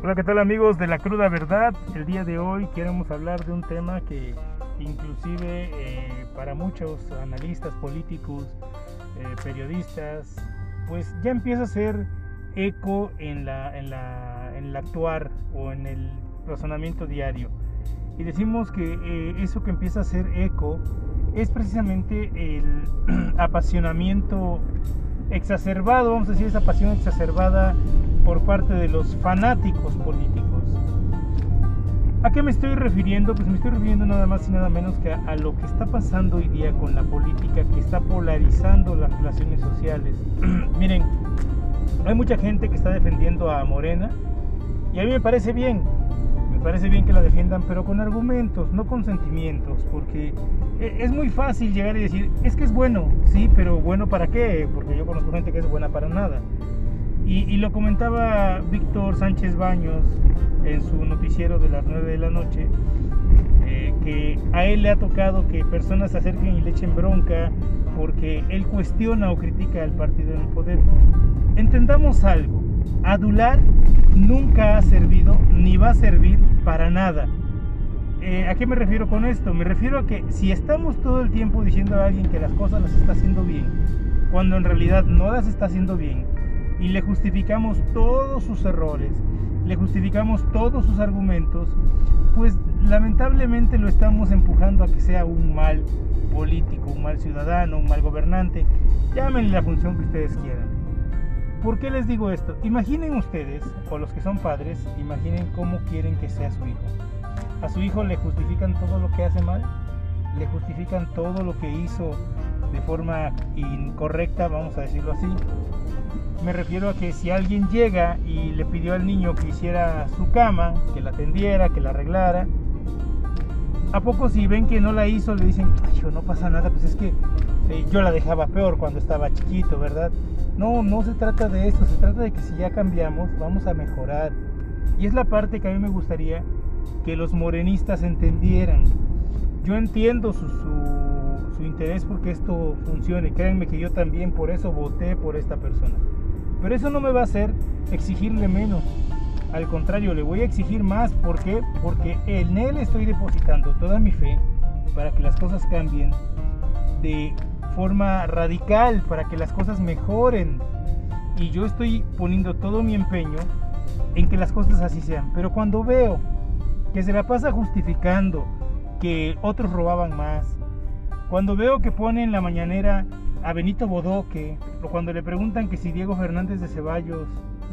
Hola, ¿qué tal amigos de La Cruda Verdad? El día de hoy queremos hablar de un tema que inclusive para muchos analistas políticos, periodistas, pues ya empieza a ser eco en el actuar o en el razonamiento diario. Y decimos que eso que empieza a ser eco es precisamente el apasionamiento exacerbado, vamos a decir, esa pasión exacerbada por parte de los fanáticos políticos. ¿A qué me estoy refiriendo? Pues me estoy refiriendo nada más y nada menos que a lo que está pasando hoy día con la política, que está polarizando las relaciones sociales. Miren, hay mucha gente que está defendiendo a Morena y a mí me parece bien que la defiendan, pero con argumentos, no con sentimientos, porque es muy fácil llegar y decir, es que es bueno, sí, pero ¿bueno para qué? Porque yo conozco gente que es buena para nada. Y lo comentaba Víctor Sánchez Baños en su noticiero de las 9 de la noche, que a él le ha tocado que personas se acerquen y le echen bronca porque él cuestiona o critica al partido en el poder. Entendamos algo, adular nunca ha servido ni va a servir para nada. ¿A qué me refiero con esto? Me refiero a que si estamos todo el tiempo diciendo a alguien que las cosas las está haciendo bien, cuando en realidad no las está haciendo bien, y le justificamos todos sus errores, le justificamos todos sus argumentos, pues lamentablemente lo estamos empujando a que sea un mal político, un mal ciudadano, un mal gobernante, llámenle la función que ustedes quieran. ¿Por qué les digo esto? Imaginen ustedes, o los que son padres, imaginen cómo quieren que sea su hijo. A su hijo le justifican todo lo que hace mal, le justifican todo lo que hizo de forma incorrecta, vamos a decirlo así. Me refiero a que si alguien llega y le pidió al niño que hiciera su cama, que la tendiera, que la arreglara, ¿a poco si ven que no la hizo le dicen, ay, no pasa nada, pues es que yo la dejaba peor cuando estaba chiquito, ¿verdad? No se trata de eso, se trata de que si ya cambiamos, vamos a mejorar. Y es la parte que a mí me gustaría que los morenistas entendieran. Yo entiendo su interés porque esto funcione, créanme que yo también por eso voté por esta persona. Pero eso no me va a hacer exigirle menos. Al contrario, le voy a exigir más. ¿Por qué? Porque en él estoy depositando toda mi fe para que las cosas cambien de forma radical, para que las cosas mejoren. Y yo estoy poniendo todo mi empeño en que las cosas así sean. Pero cuando veo que se la pasa justificando que otros robaban más, cuando veo que pone en la mañanera a Benito Bodoque, o cuando le preguntan que si Diego Fernández de Ceballos,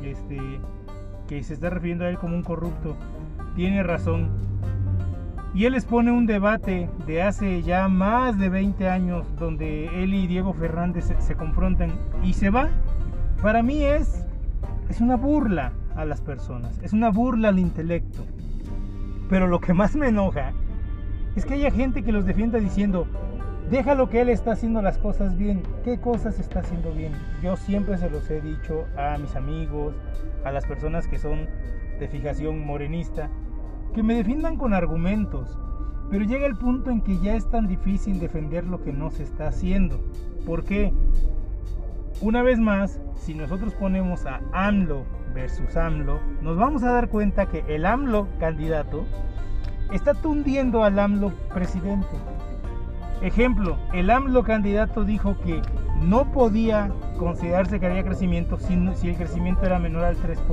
que se está refiriendo a él como un corrupto, tiene razón, y él les pone un debate de hace ya más de 20 años donde él y Diego Fernández se confrontan y se va, para mí es una burla a las personas, es una burla al intelecto. Pero lo que más me enoja es que haya gente que los defienda diciendo, déjalo que él está haciendo las cosas bien. ¿Qué cosas está haciendo bien? Yo siempre se los he dicho a mis amigos, a las personas que son de fijación morenista, que me defiendan con argumentos. Pero llega el punto en que ya es tan difícil defender lo que no se está haciendo. ¿Por qué? Una vez más, si nosotros ponemos a AMLO versus AMLO, nos vamos a dar cuenta que el AMLO candidato está tundiendo al AMLO presidente. Ejemplo, el AMLO candidato dijo que no podía considerarse que había crecimiento si el crecimiento era menor al 3%.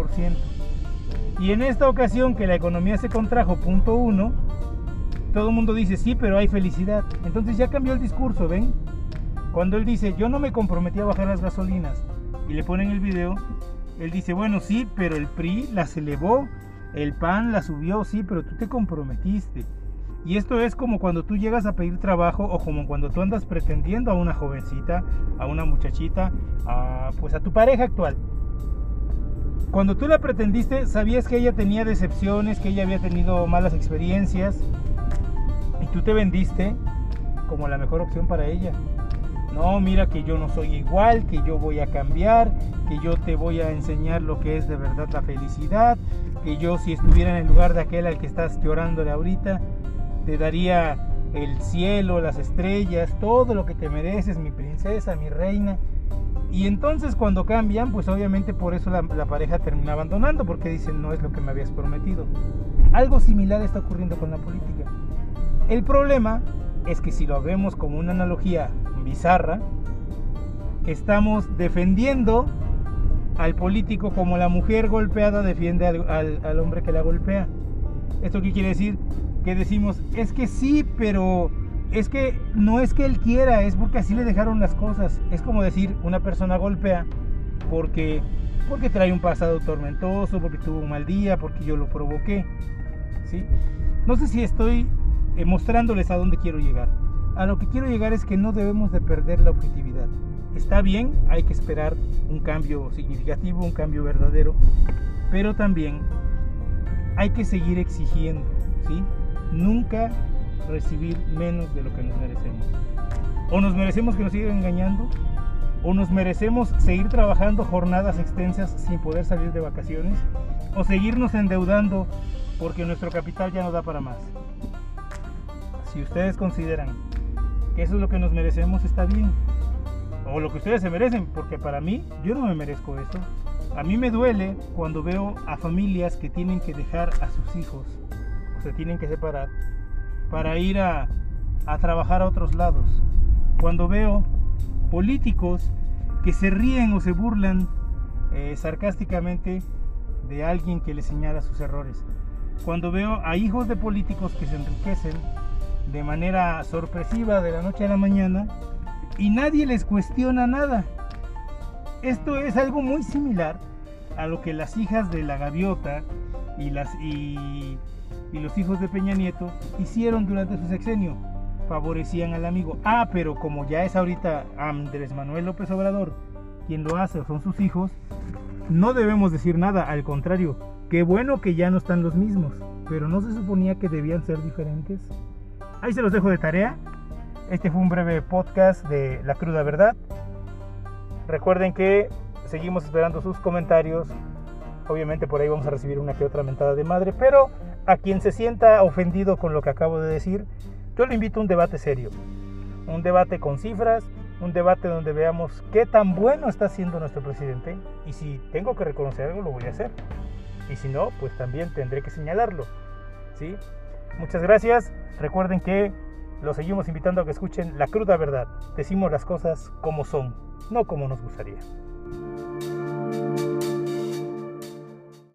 Y en esta ocasión que la economía se contrajo 0.1, todo el mundo dice, sí, pero hay felicidad. Entonces ya cambió el discurso, ¿ven? Cuando él dice, yo no me comprometí a bajar las gasolinas, y le ponen el video, él dice, bueno, sí, pero el PRI las elevó, el PAN la subió, sí, pero tú te comprometiste. Y esto es como cuando tú llegas a pedir trabajo o como cuando tú andas pretendiendo a una jovencita, a una muchachita, pues a tu pareja actual. Cuando tú la pretendiste, sabías que ella tenía decepciones, que ella había tenido malas experiencias y tú te vendiste como la mejor opción para ella. No, mira que yo no soy igual, que yo voy a cambiar, que yo te voy a enseñar lo que es de verdad la felicidad, que yo si estuviera en el lugar de aquel al que estás llorándole ahorita, te daría el cielo, las estrellas, todo lo que te mereces, mi princesa, mi reina. Y entonces cuando cambian, pues obviamente por eso la pareja termina abandonando, porque dicen no es lo que me habías prometido. Algo similar está ocurriendo con la política. El problema es que si lo vemos como una analogía bizarra, estamos defendiendo al político como la mujer golpeada defiende al hombre que la golpea. ¿Esto qué quiere decir? Que decimos, es que sí, pero es que no es que él quiera, es porque así le dejaron las cosas. Es como decir, una persona golpea porque trae un pasado tormentoso, porque tuvo un mal día, porque yo lo provoqué, ¿sí? No sé si estoy mostrándoles a dónde quiero llegar. A lo que quiero llegar es que no debemos de perder la objetividad. Está bien, hay que esperar un cambio significativo, un cambio verdadero, pero también hay que seguir exigiendo, ¿sí? Nunca recibir menos de lo que nos merecemos. O nos merecemos que nos sigan engañando, o nos merecemos seguir trabajando jornadas extensas sin poder salir de vacaciones, o seguirnos endeudando porque nuestro capital ya no da para más. Si ustedes consideran que eso es lo que nos merecemos, está bien, o lo que ustedes se merecen, porque para mí, yo no me merezco eso. A mí me duele cuando veo a familias que tienen que dejar a sus hijos, o se tienen que separar para ir a trabajar a otros lados. Cuando veo políticos que se ríen o se burlan sarcásticamente de alguien que les señala sus errores. Cuando veo a hijos de políticos que se enriquecen de manera sorpresiva de la noche a la mañana y nadie les cuestiona nada. Esto es algo muy similar a lo que las hijas de la gaviota y los hijos de Peña Nieto hicieron durante su sexenio. Favorecían al amigo. Pero como ya es ahorita Andrés Manuel López Obrador quien lo hace, o son sus hijos, no debemos decir nada. Al contrario, qué bueno que ya no están los mismos, pero ¿no se suponía que debían ser diferentes? Ahí se los dejo de tarea. Este fue un breve podcast de La Cruda Verdad. Recuerden que seguimos esperando sus comentarios. Obviamente por ahí vamos a recibir una que otra mentada de madre, pero a quien se sienta ofendido con lo que acabo de decir, yo le invito a un debate serio, un debate con cifras, un debate donde veamos qué tan bueno está siendo nuestro presidente, y si tengo que reconocer algo lo voy a hacer, y si no, pues también tendré que señalarlo, ¿sí? Muchas gracias. Recuerden que los seguimos invitando a que escuchen La Cruda Verdad. Decimos las cosas como son, no como nos gustaría.